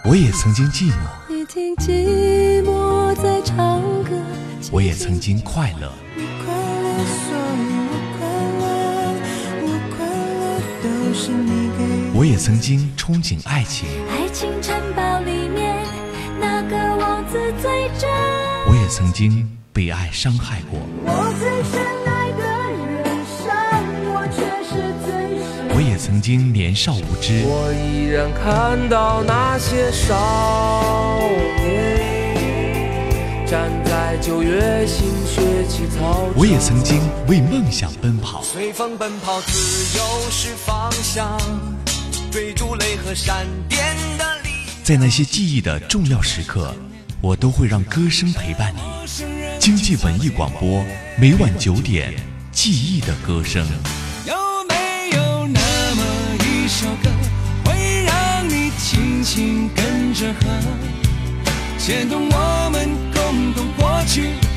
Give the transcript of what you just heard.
我也曾经寂寞， 你听寂寞在唱歌， 我也曾经快乐。 你快乐，所以我快乐都是你给。 我也曾经憧憬爱情， 爱情城堡里面那个王子最真。 我也曾经被爱伤害过， 我最深爱的人伤我却是最深。 我也曾经年少无知， 我依然看到那些少年站在9月新学期操场。 我也曾经为梦想奔跑， 随风奔跑，自由是方向，追逐雷和闪电的力量。 在那些记忆的重要时刻，我都会让歌声陪伴你。经济文艺广播，每晚9点，记忆的歌声。 有没有那么一首歌，会让你轻轻跟着和，牵动我们共同过去？